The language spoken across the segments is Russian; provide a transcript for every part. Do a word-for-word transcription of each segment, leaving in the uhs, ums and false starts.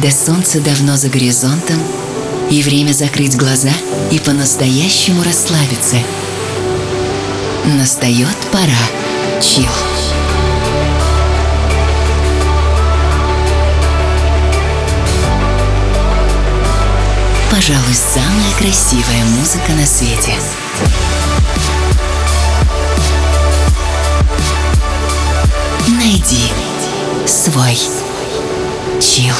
когда солнце давно за горизонтом, и время закрыть глаза и по-настоящему расслабиться. Настает пора чилл. Пожалуй, самая красивая музыка на свете. Найди свой чилл.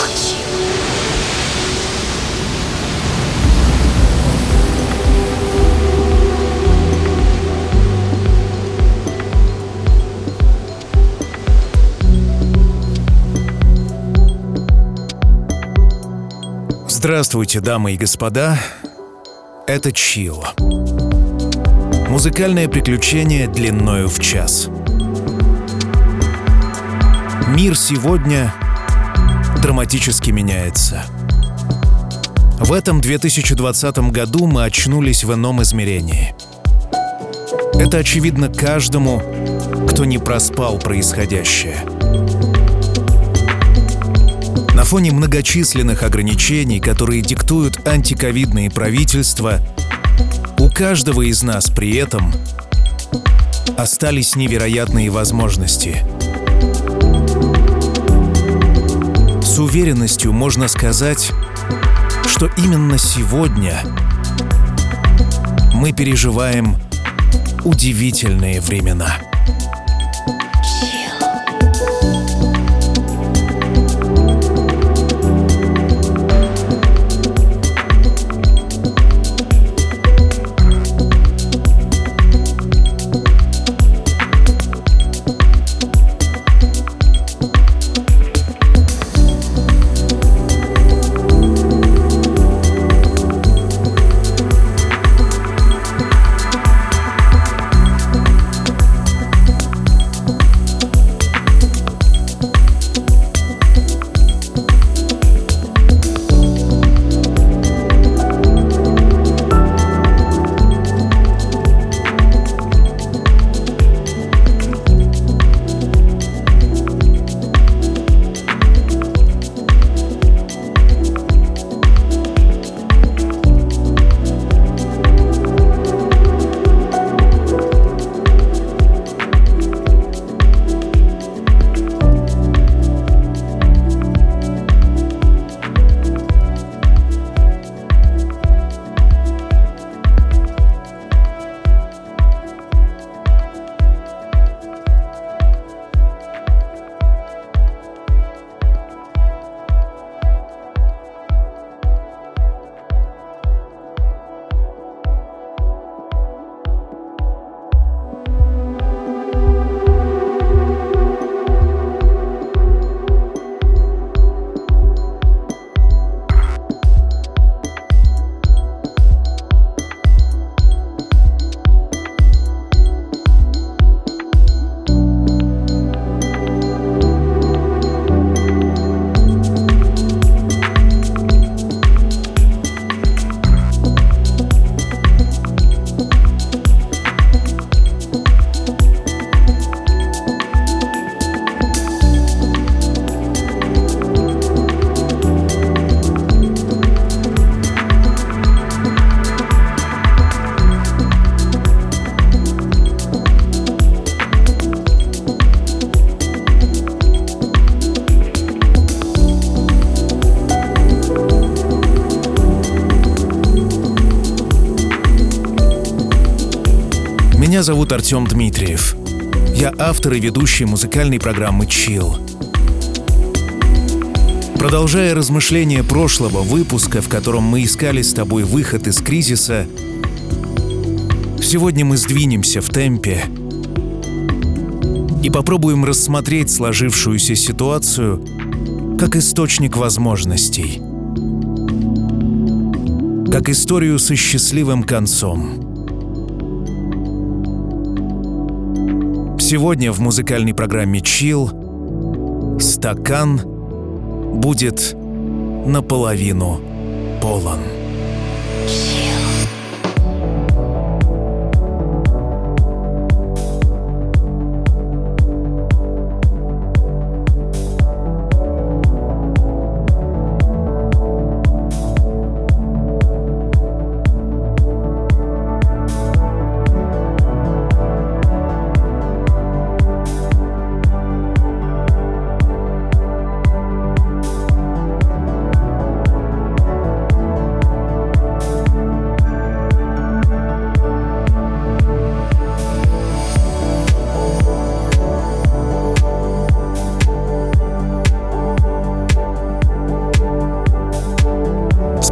Здравствуйте, дамы и господа. Это чилл. Музыкальное приключение длиною в час. Мир сегодня драматически меняется. В этом две тысячи двадцатом году мы очнулись в ином измерении. Это очевидно каждому, кто не проспал происходящее. На фоне многочисленных ограничений, которые диктуют антиковидные правительства, у каждого из нас при этом остались невероятные возможности. С уверенностью можно сказать, что именно сегодня мы переживаем удивительные времена. Меня зовут Артем Дмитриев. Я автор и ведущий музыкальной программы «Чилл». Продолжая размышления прошлого выпуска, в котором мы искали с тобой выход из кризиса, сегодня мы сдвинемся в темпе и попробуем рассмотреть сложившуюся ситуацию как источник возможностей, как историю со счастливым концом. Сегодня в музыкальной программе «Чилл» стакан будет наполовину полон.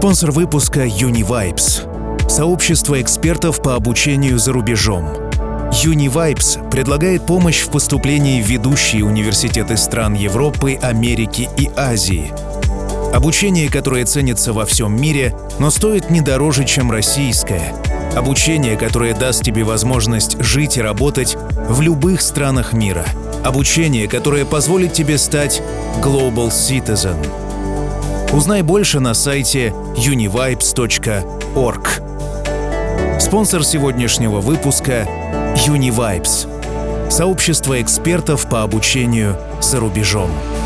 Спонсор выпуска Univibes – сообщество экспертов по обучению за рубежом. Univibes предлагает помощь в поступлении в ведущие университеты стран Европы, Америки и Азии. Обучение, которое ценится во всем мире, но стоит не дороже, чем российское. Обучение, которое даст тебе возможность жить и работать в любых странах мира. Обучение, которое позволит тебе стать Global Citizen. Узнай больше на сайте univibes точка org. Спонсор сегодняшнего выпуска — Univibes — сообщество экспертов по обучению за рубежом.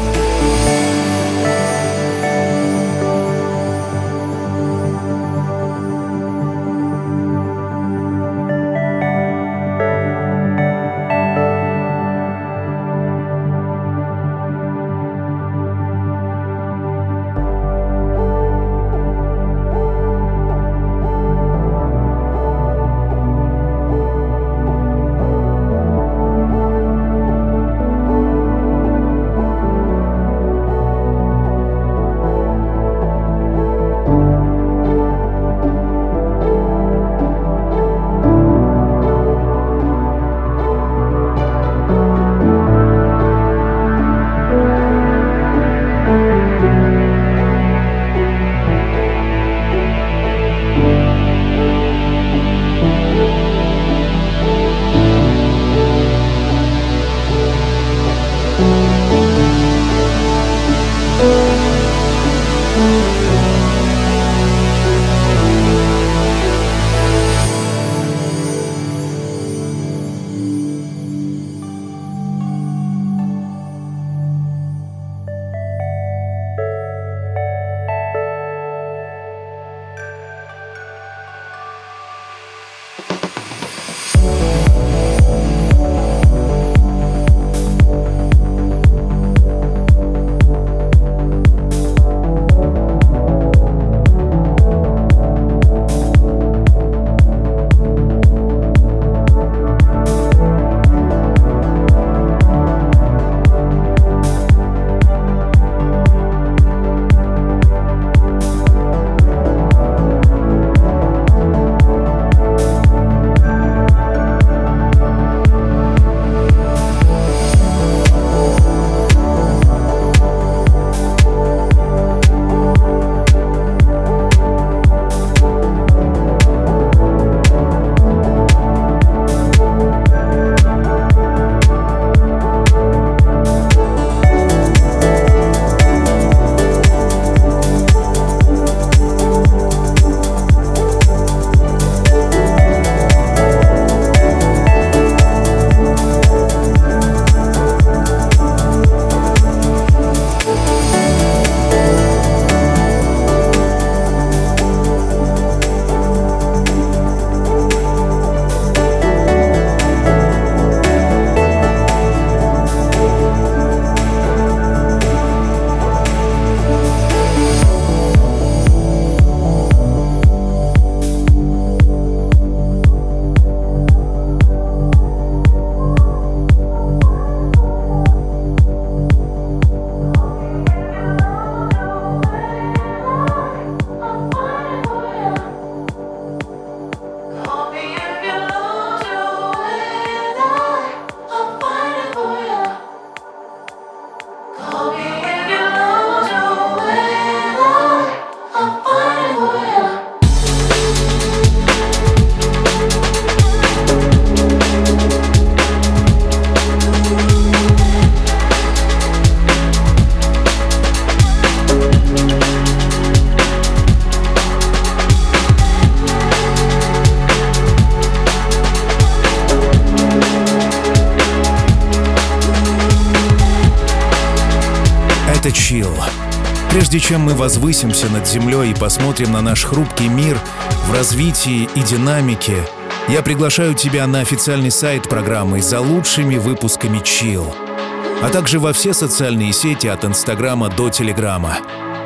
Это Chill. Прежде чем мы возвысимся над землей и посмотрим на наш хрупкий мир в развитии и динамике, я приглашаю тебя на официальный сайт программы за лучшими выпусками Chill, а также во все социальные сети от Инстаграма до Телеграма.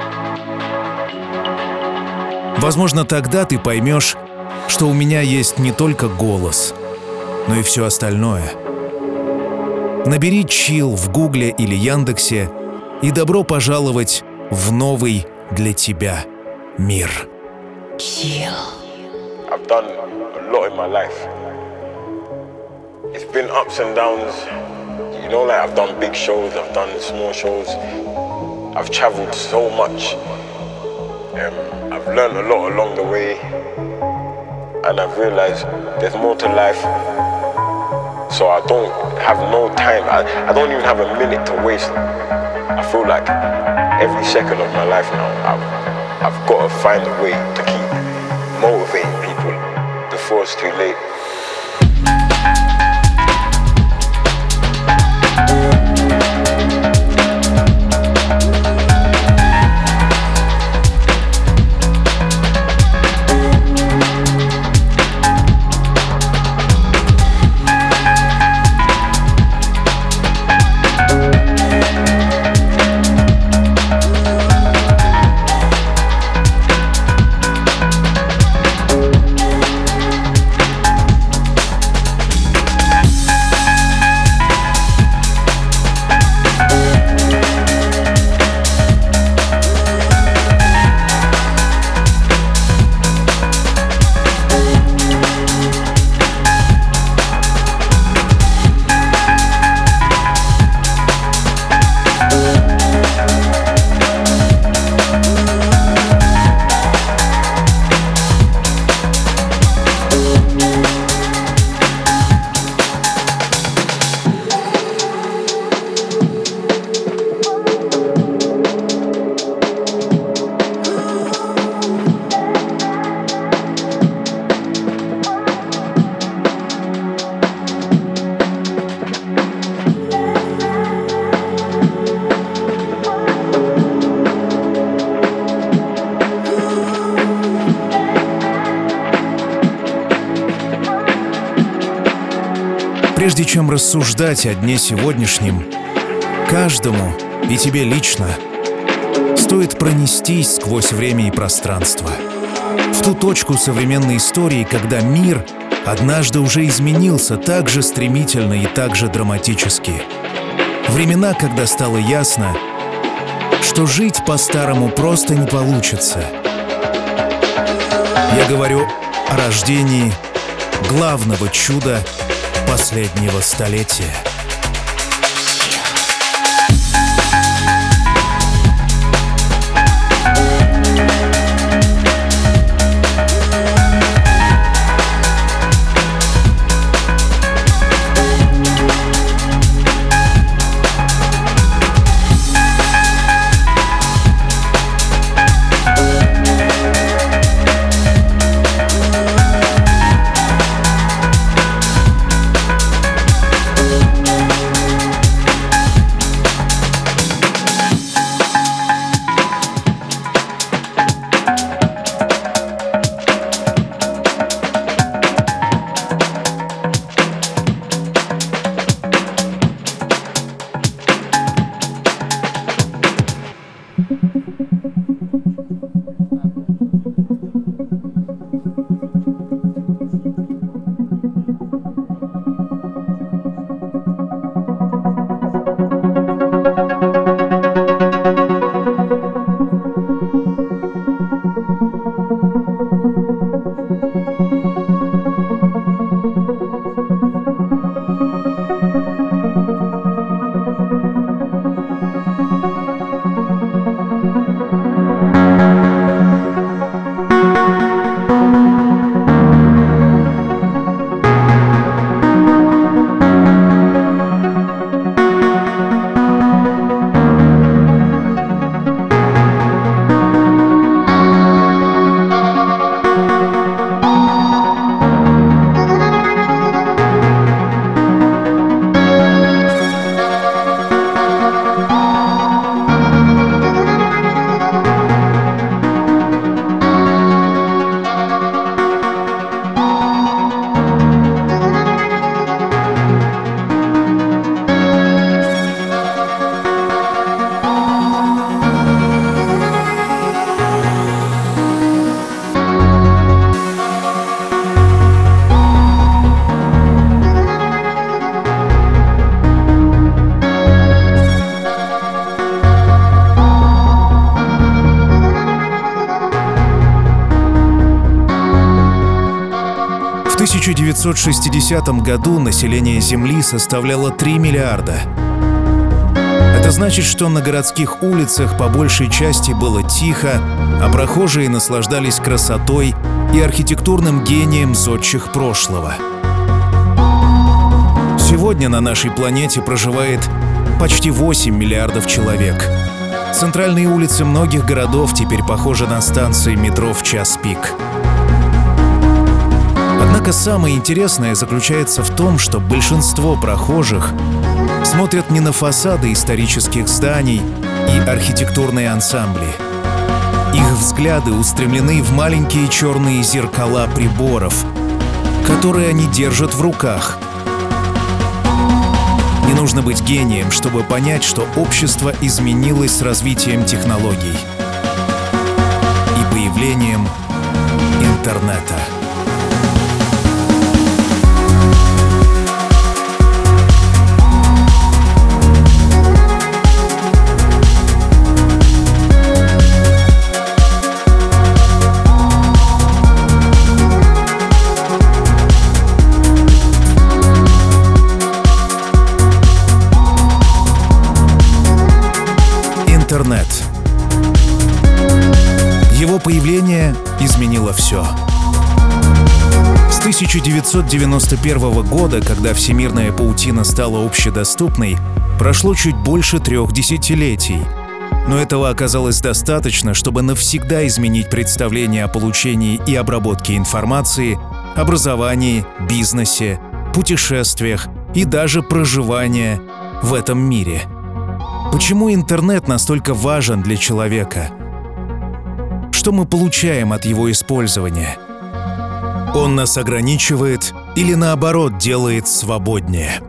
Возможно, тогда ты поймешь, что у меня есть не только голос, но и все остальное. Набери Chill в Гугле или Яндексе, и добро пожаловать в новый для тебя «Мир». Chill. I've done a lot in my life. It's been ups and downs. You know, like I've done big shows, I've done small shows. I've traveled so much. Um, I've learned a lot along the way. And I've realized there's more to life. So I don't have no time. I, I don't even have a minute to waste. I feel like every second of my life now, I've, I've got to find a way to keep motivating people before it's too late. Прежде чем рассуждать о дне сегодняшнем, каждому, и тебе лично, стоит пронестись сквозь время и пространство, в ту точку современной истории, когда мир однажды уже изменился так же стремительно и так же драматически. Времена, когда стало ясно, что жить по-старому просто не получится. Я говорю о рождении главного чуда последнего столетия. We'll be right back. тысяча девятьсот шестидесятом году население Земли составляло три миллиарда. Это значит, что на городских улицах по большей части было тихо, а прохожие наслаждались красотой и архитектурным гением зодчих прошлого. Сегодня на нашей планете проживает почти восемь миллиардов человек. Центральные улицы многих городов теперь похожи на станции метро в час пик. Однако самое интересное заключается в том, что большинство прохожих смотрят не на фасады исторических зданий и архитектурные ансамбли. Их взгляды устремлены в маленькие черные зеркала приборов, которые они держат в руках. Не нужно быть гением, чтобы понять, что общество изменилось с развитием технологий и появлением интернета. Интернет. Его появление изменило все. С тысяча девятьсот девяносто первого года, когда всемирная паутина стала общедоступной, прошло чуть больше трех десятилетий. Но этого оказалось достаточно, чтобы навсегда изменить представление о получении и обработке информации, образовании, бизнесе, путешествиях и даже проживании в этом мире. Почему интернет настолько важен для человека? Что мы получаем от его использования? Он нас ограничивает или, наоборот, делает свободнее?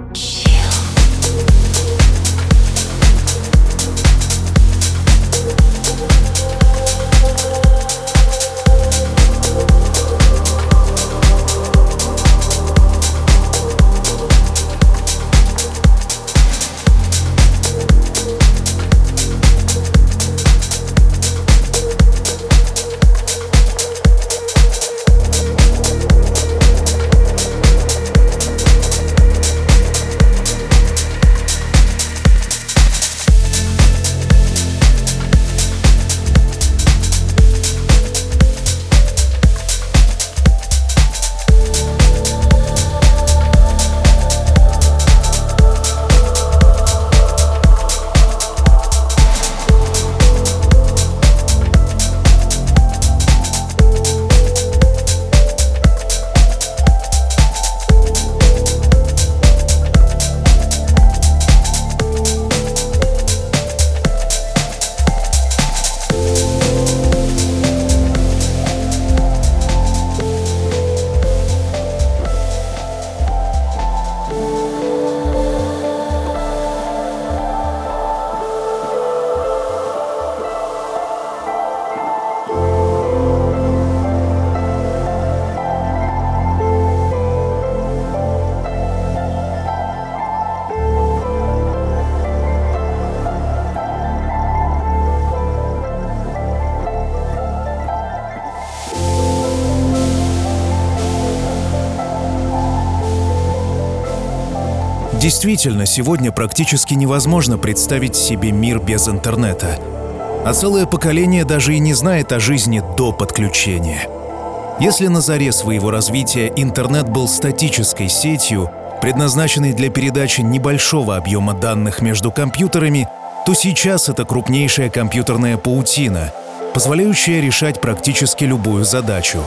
Действительно, сегодня практически невозможно представить себе мир без интернета. А целое поколение даже и не знает о жизни до подключения. Если на заре своего развития интернет был статической сетью, предназначенной для передачи небольшого объема данных между компьютерами, то сейчас это крупнейшая компьютерная паутина, позволяющая решать практически любую задачу.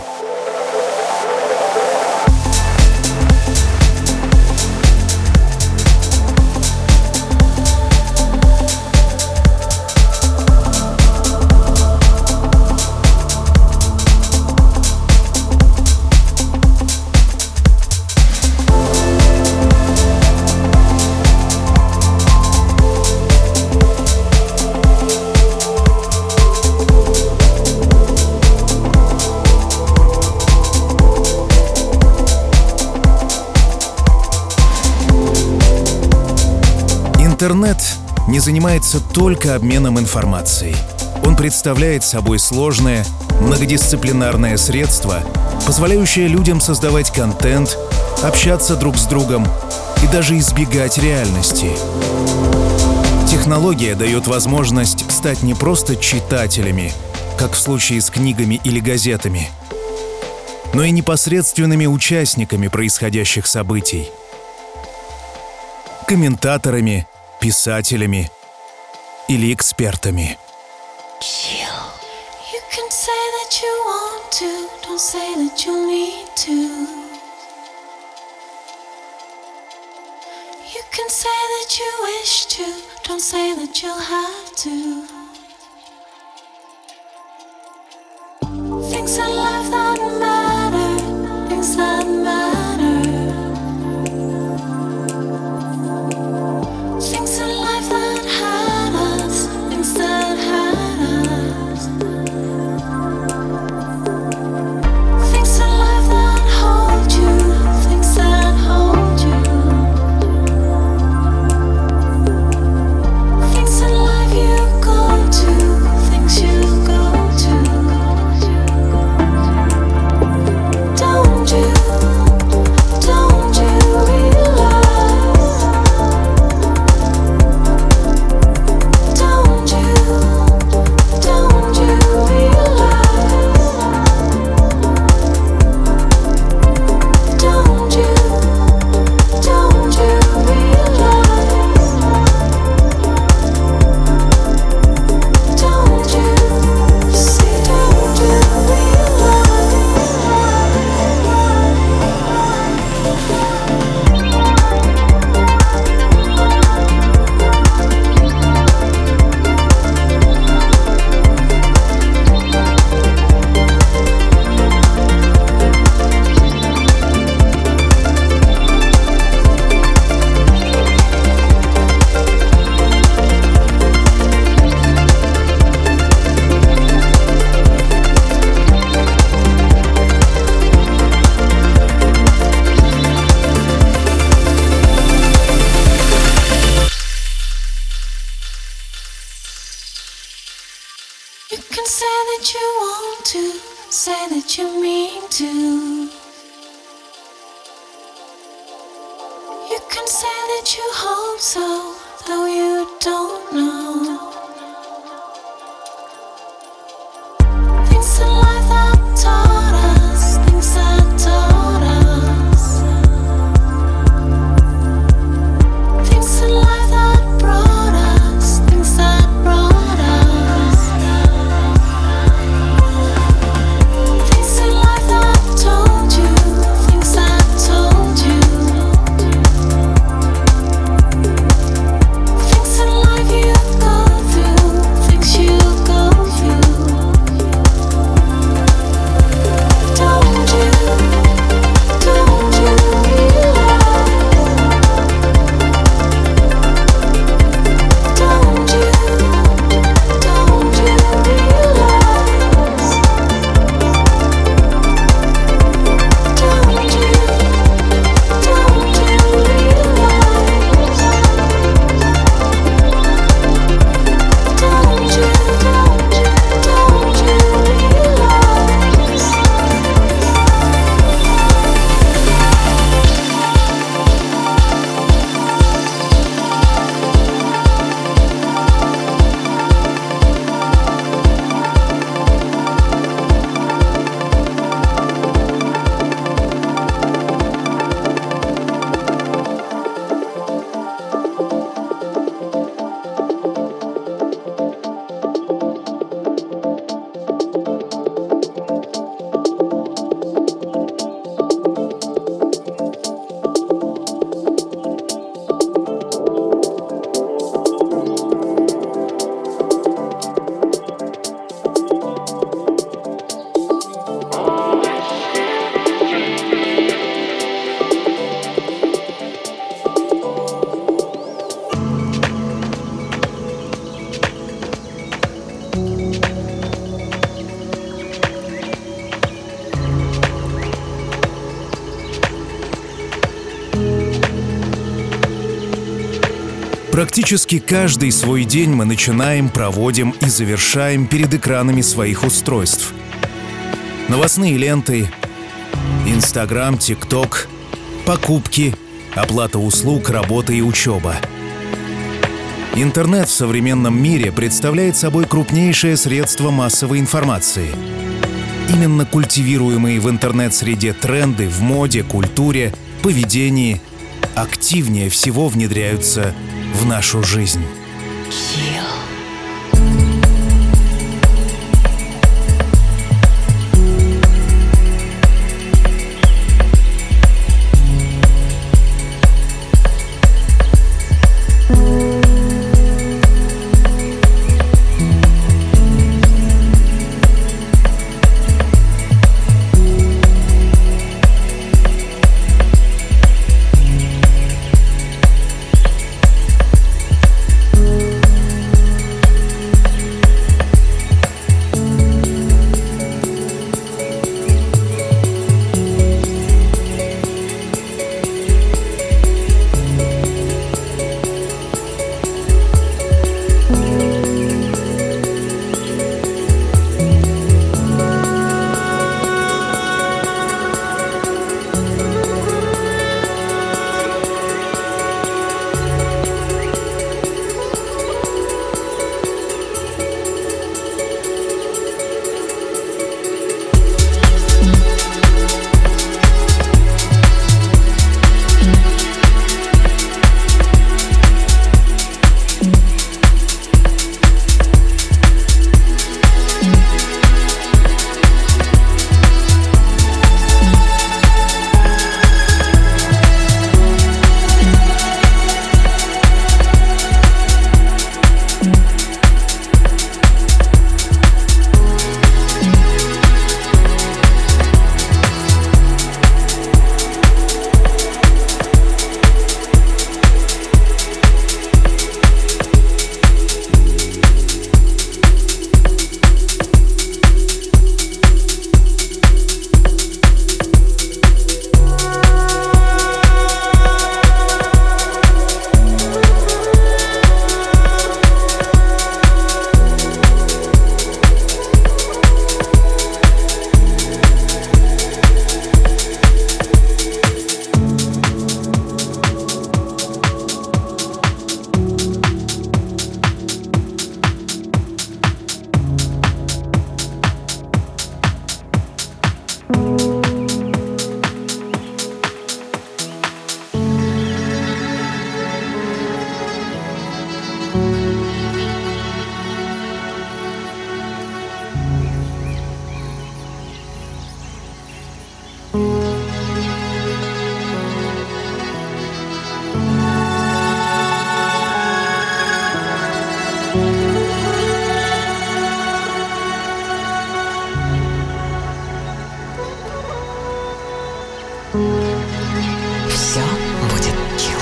Интернет не занимается только обменом информацией. Он представляет собой сложное, многодисциплинарное средство, позволяющее людям создавать контент, общаться друг с другом и даже избегать реальности. Технология дает возможность стать не просто читателями, как в случае с книгами или газетами, но и непосредственными участниками происходящих событий, комментаторами, писателями или экспертами. You can say that you want to, don't say that you need to. You can say that you wish to, don't say that you'll have to. Things in life that matter, things that matter. Things in life that had us, things that had us. Things in life that hold you, things that hold you. Things in life you go to, things you go to. Don't you, don't you realize? Don't you, don't you realize? Don't you, don't you realize? Don't you see, don't you realize? You can say that you want to, say that you mean to. You can say that you hope so, though you don't know. Things in life that taught us, things that taught us. Things in life that brought us, things that brought us. Things in life that told you, things that told you. Things in life you go Практически каждый свой день мы начинаем, проводим и завершаем перед экранами своих устройств. Новостные ленты, Инстаграм, ТикТок, покупки, оплата услуг, работа и учеба. Интернет в современном мире представляет собой крупнейшее средство массовой информации. Именно культивируемые в интернет-среде тренды в моде, культуре, поведении активнее всего внедряются в нашу жизнь. Все будет chill.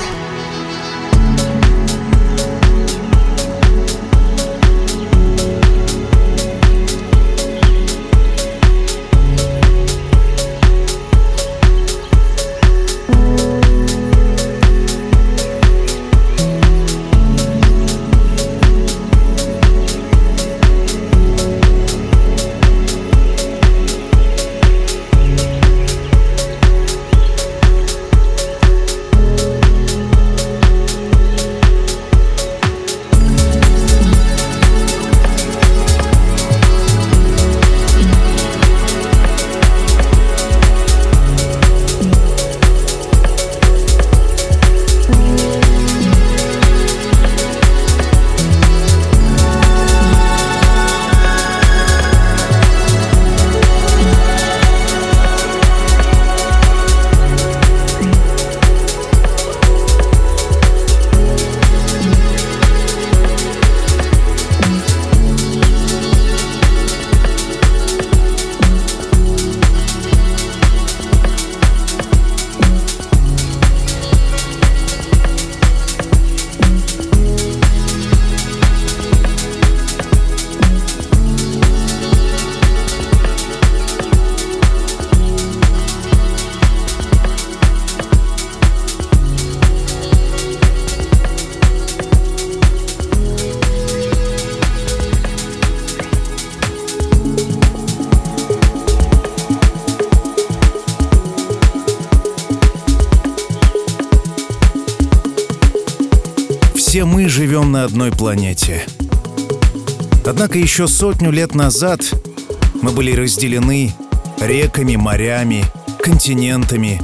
Все мы живем на одной планете. Однако еще сотню лет назад мы были разделены реками, морями, континентами.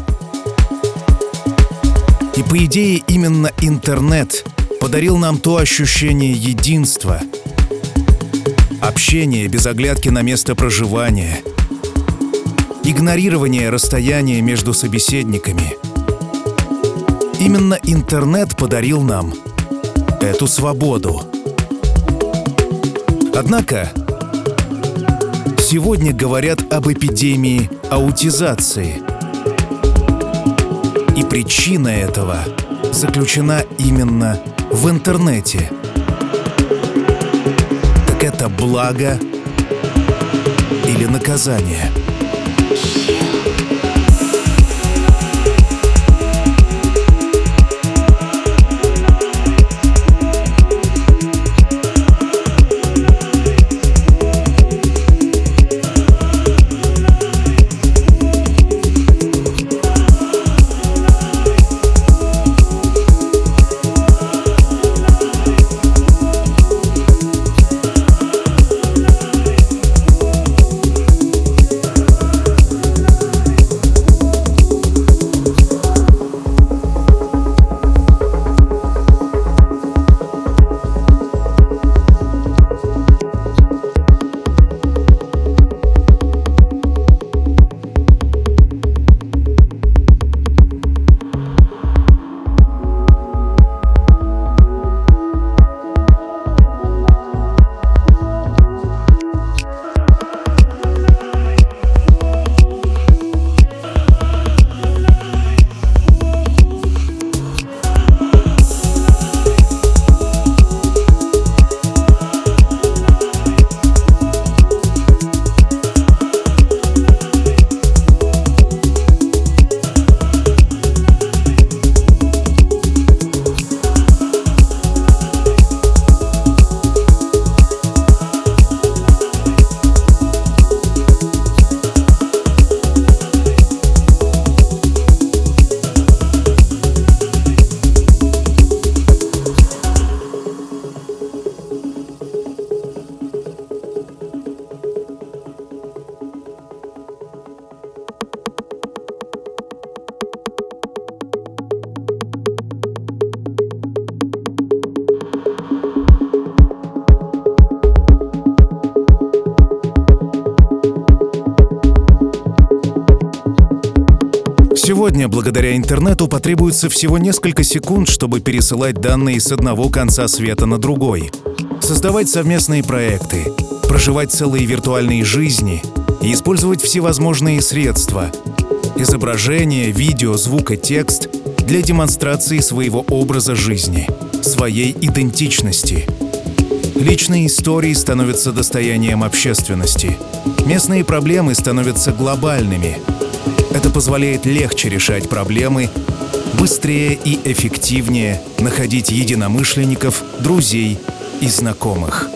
И по идее именно интернет подарил нам то ощущение единства, общение без оглядки на место проживания, игнорирование расстояния между собеседниками. Именно интернет подарил нам эту свободу. Однако сегодня говорят об эпидемии аутизации. И причина этого заключена именно в интернете. Так это благо или наказание? Сегодня, благодаря интернету, потребуется всего несколько секунд, чтобы пересылать данные с одного конца света на другой, создавать совместные проекты, проживать целые виртуальные жизни и использовать всевозможные средства — изображение, видео, звук и текст — для демонстрации своего образа жизни, своей идентичности. Личные истории становятся достоянием общественности. Местные проблемы становятся глобальными. Это позволяет легче решать проблемы, быстрее и эффективнее находить единомышленников, друзей и знакомых.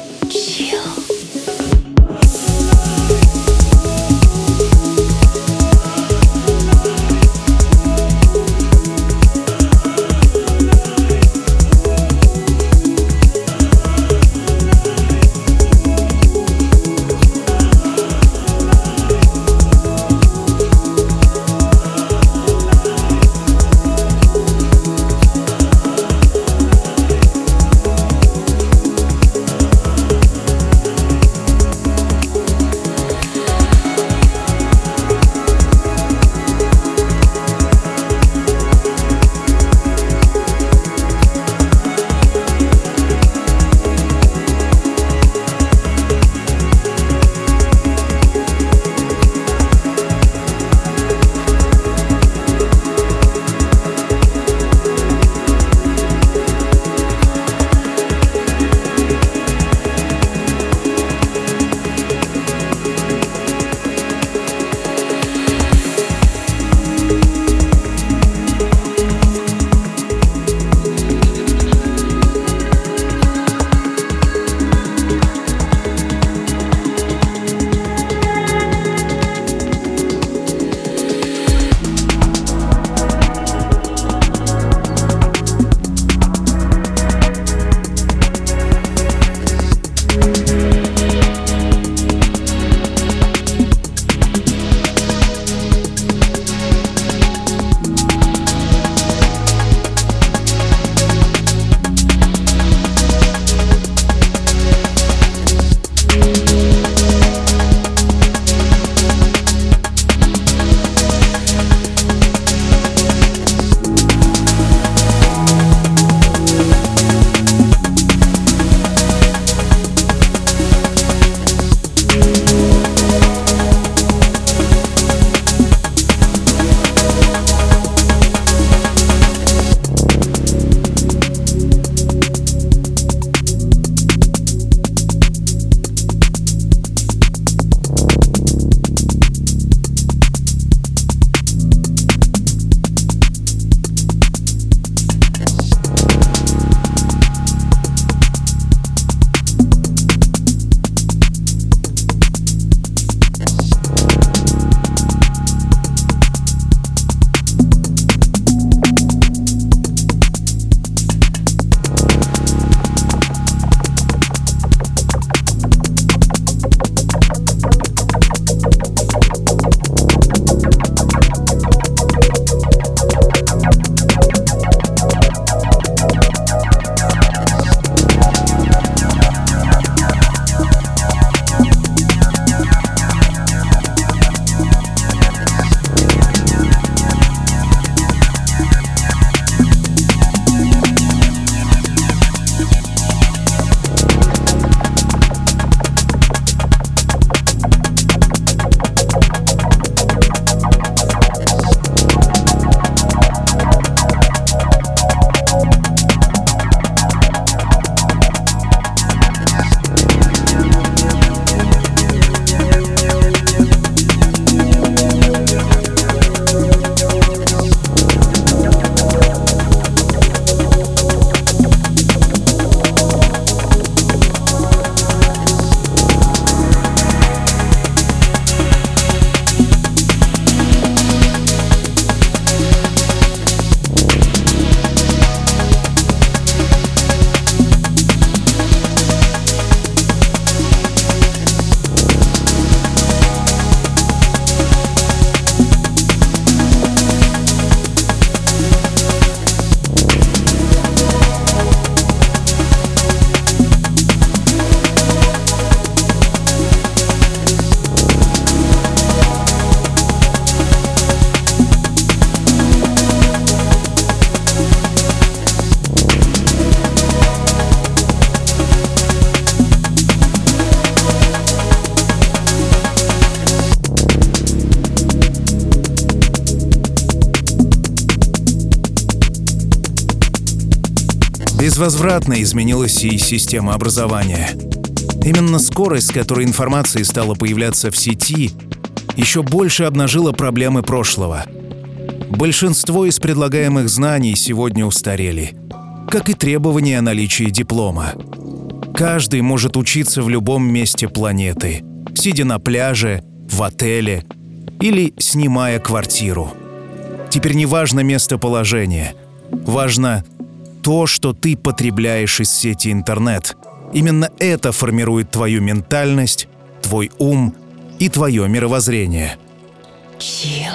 Безвозвратно изменилась и система образования. Именно скорость, с которой информация стала появляться в сети, еще больше обнажила проблемы прошлого. Большинство из предлагаемых знаний сегодня устарели, как и требования о наличии диплома. Каждый может учиться в любом месте планеты, сидя на пляже, в отеле или снимая квартиру. Теперь не важно местоположение, важно то, что ты потребляешь из сети интернет. Именно это формирует твою ментальность, твой ум и твое мировоззрение. Chill.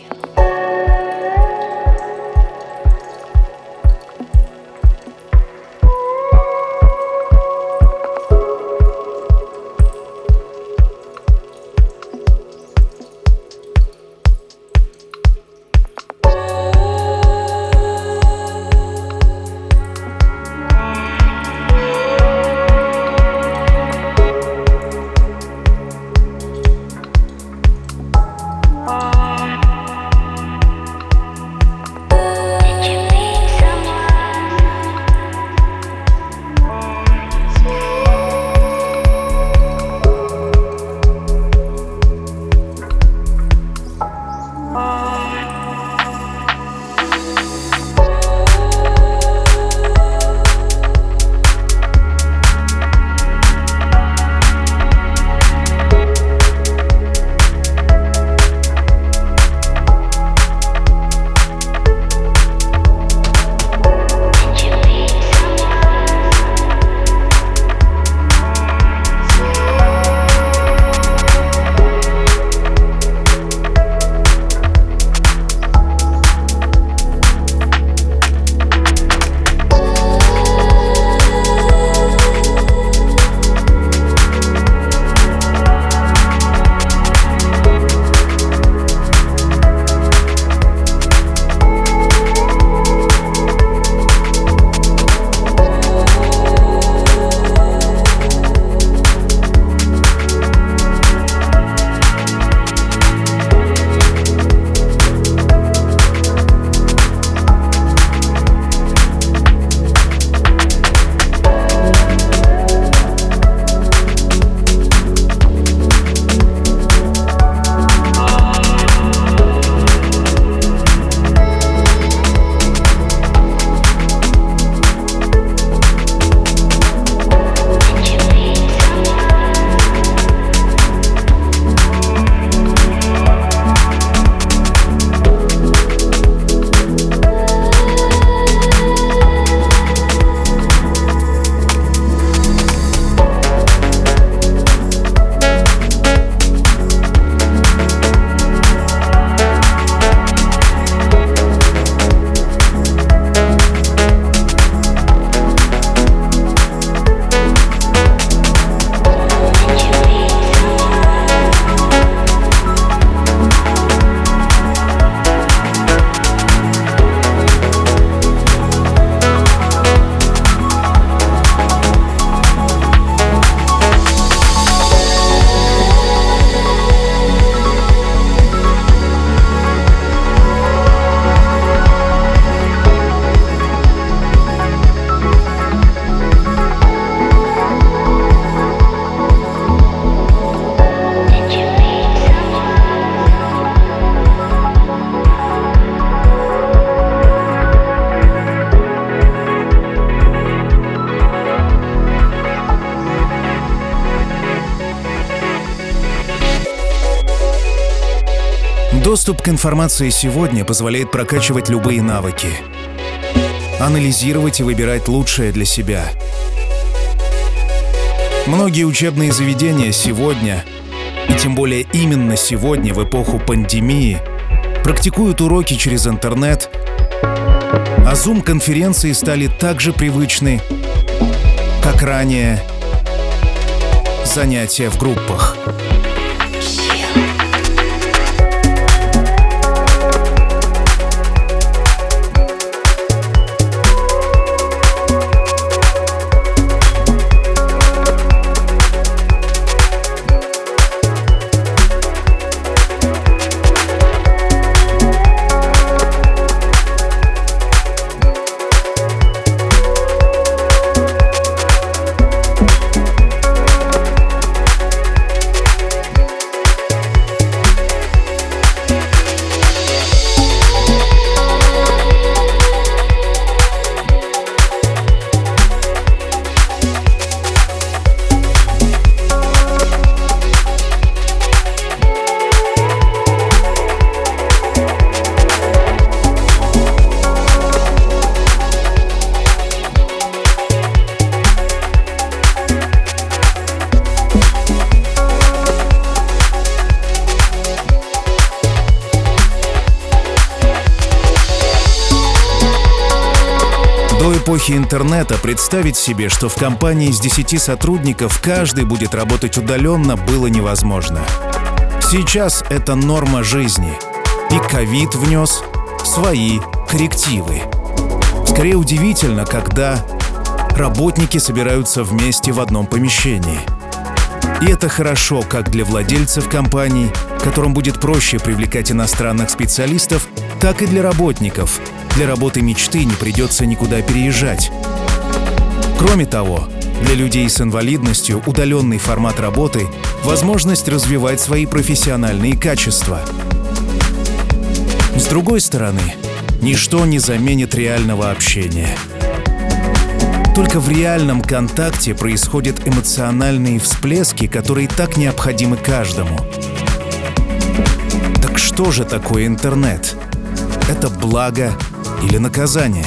Доступ к информации сегодня позволяет прокачивать любые навыки, анализировать и выбирать лучшее для себя. Многие учебные заведения сегодня, и тем более именно сегодня, в эпоху пандемии, практикуют уроки через интернет, а Zoom-конференции стали так же привычны, как ранее занятия в группах. До эпохи интернета представить себе, что в компании из десяти сотрудников каждый будет работать удаленно, было невозможно. Сейчас это норма жизни, и ковид внес свои коррективы. Скорее удивительно, когда работники собираются вместе в одном помещении. И это хорошо как для владельцев компаний, которым будет проще привлекать иностранных специалистов, так и для работников. Для работы мечты не придется никуда переезжать. Кроме того, для людей с инвалидностью удаленный формат работы — возможность развивать свои профессиональные качества. С другой стороны, ничто не заменит реального общения. Только в реальном контакте происходят эмоциональные всплески, которые так необходимы каждому. Так что же такое интернет? Это благо или наказание?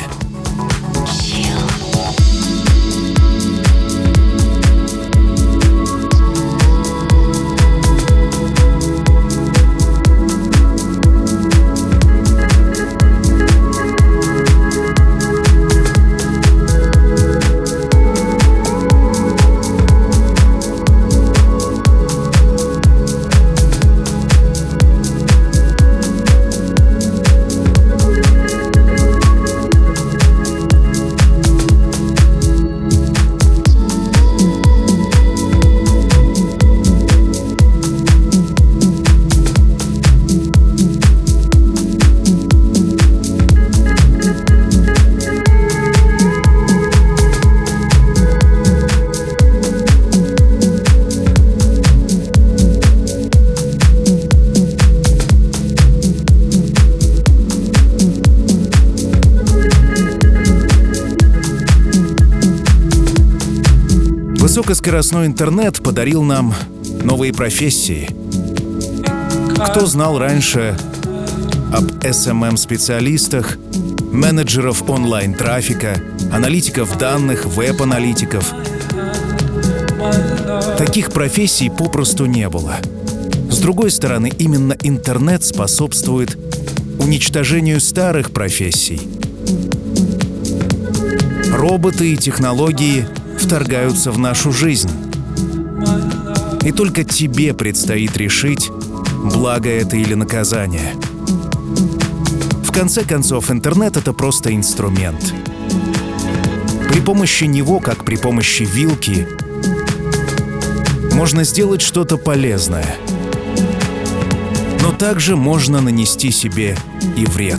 Высокоскоростной интернет подарил нам новые профессии. Кто знал раньше об эс эм эм-специалистах, менеджеров онлайн-трафика, аналитиков данных, веб-аналитиков? Таких профессий попросту не было. С другой стороны, именно интернет способствует уничтожению старых профессий. Роботы и технологии вторгаются в нашу жизнь. И только тебе предстоит решить, благо это или наказание. В конце концов, интернет — это просто инструмент. При помощи него, как при помощи вилки, можно сделать что-то полезное. Но также можно нанести себе и вред.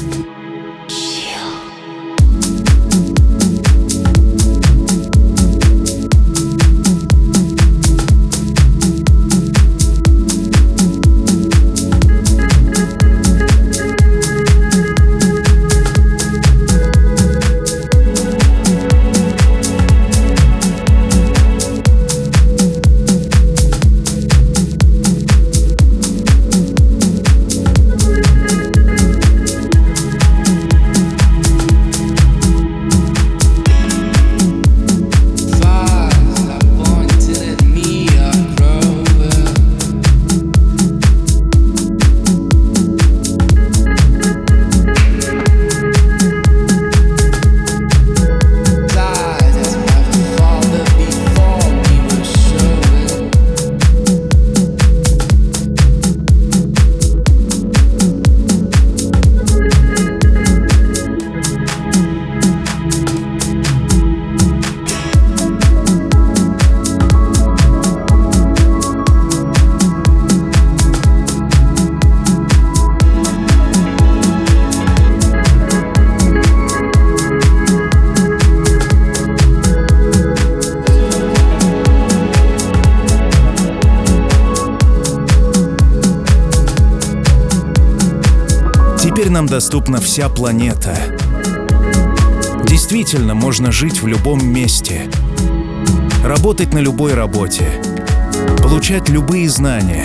Теперь нам доступна вся планета. Действительно, можно жить в любом месте, работать на любой работе, получать любые знания,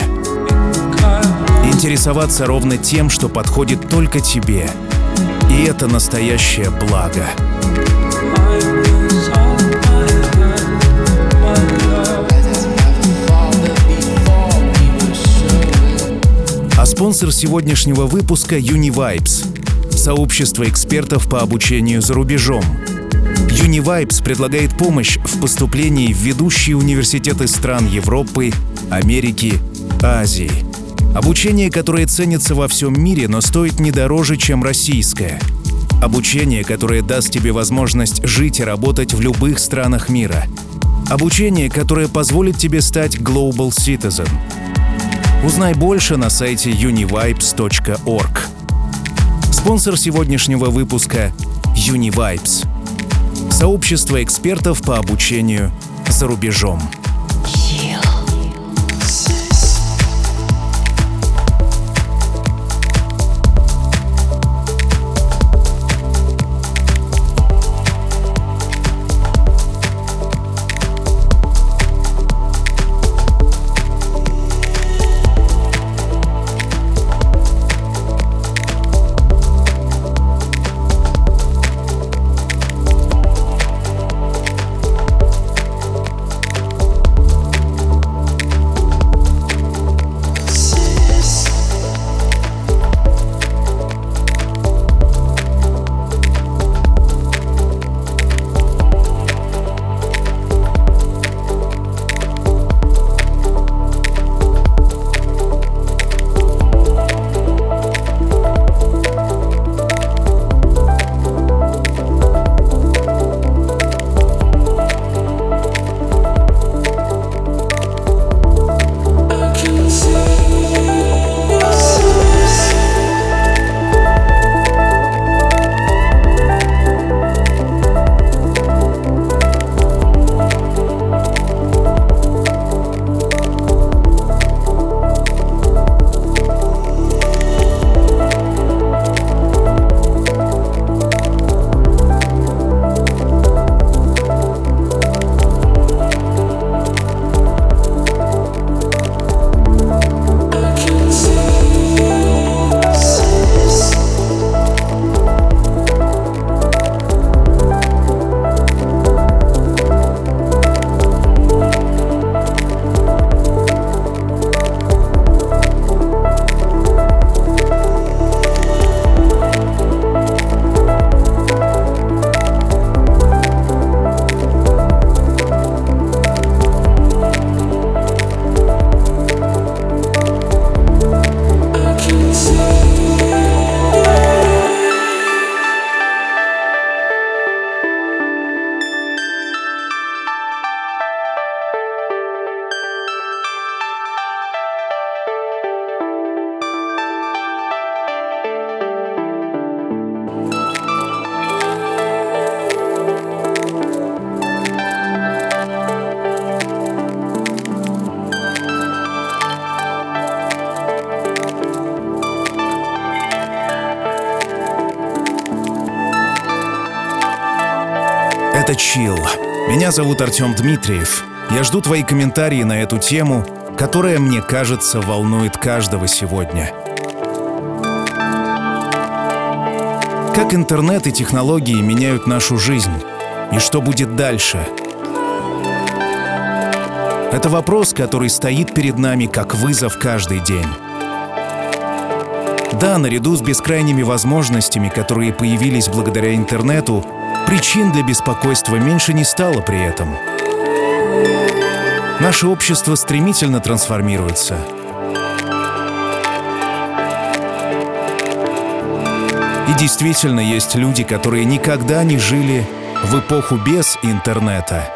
интересоваться ровно тем, что подходит только тебе. И это настоящее благо. А спонсор сегодняшнего выпуска — Univibes — сообщество экспертов по обучению за рубежом. Univibes предлагает помощь в поступлении в ведущие университеты стран Европы, Америки, Азии. Обучение, которое ценится во всем мире, но стоит не дороже, чем российское. Обучение, которое даст тебе возможность жить и работать в любых странах мира. Обучение, которое позволит тебе стать Global Citizen. Узнай больше на сайте univibes точка орг. Спонсор сегодняшнего выпуска — Univibes. Сообщество экспертов по обучению за рубежом. Это Chill. Меня зовут Артем Дмитриев. Я жду твои комментарии на эту тему, которая, мне кажется, волнует каждого сегодня. Как интернет и технологии меняют нашу жизнь? И что будет дальше? Это вопрос, который стоит перед нами как вызов каждый день. Да, наряду с бескрайними возможностями, которые появились благодаря интернету, причин для беспокойства меньше не стало при этом. Наше общество стремительно трансформируется. И действительно есть люди, которые никогда не жили в эпоху без интернета.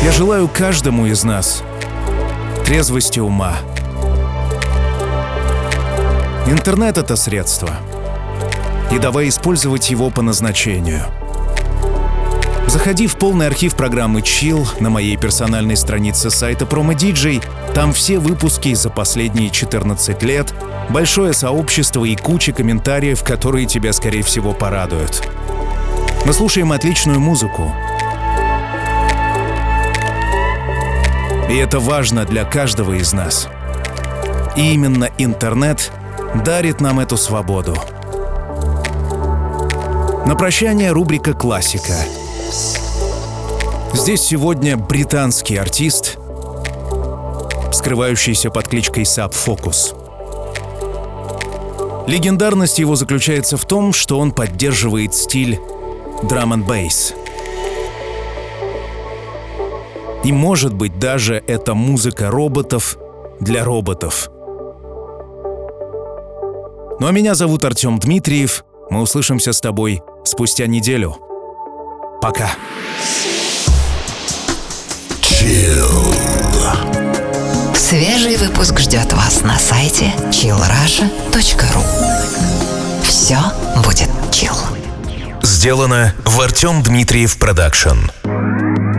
Я желаю каждому из нас трезвости ума. Интернет — это средство, и давай использовать его по назначению. Заходи в полный архив программы Chill на моей персональной странице сайта PromoDJ. Там все выпуски за последние четырнадцать лет, большое сообщество и куча комментариев, которые тебя, скорее всего, порадуют. Мы слушаем отличную музыку. И это важно для каждого из нас. И именно интернет дарит нам эту свободу. На прощание рубрика «Классика». Здесь сегодня британский артист, скрывающийся под кличкой Sub Focus. Легендарность его заключается в том, что он поддерживает стиль Drum and Bass. И, может быть, даже это музыка роботов для роботов. Ну а меня зовут Артем Дмитриев. Мы услышимся с тобой спустя неделю. Пока. Свежий выпуск ждет вас на сайте чилл раша точка ру. Все будет чилл. Сделано в Артем Дмитриев Продакшн.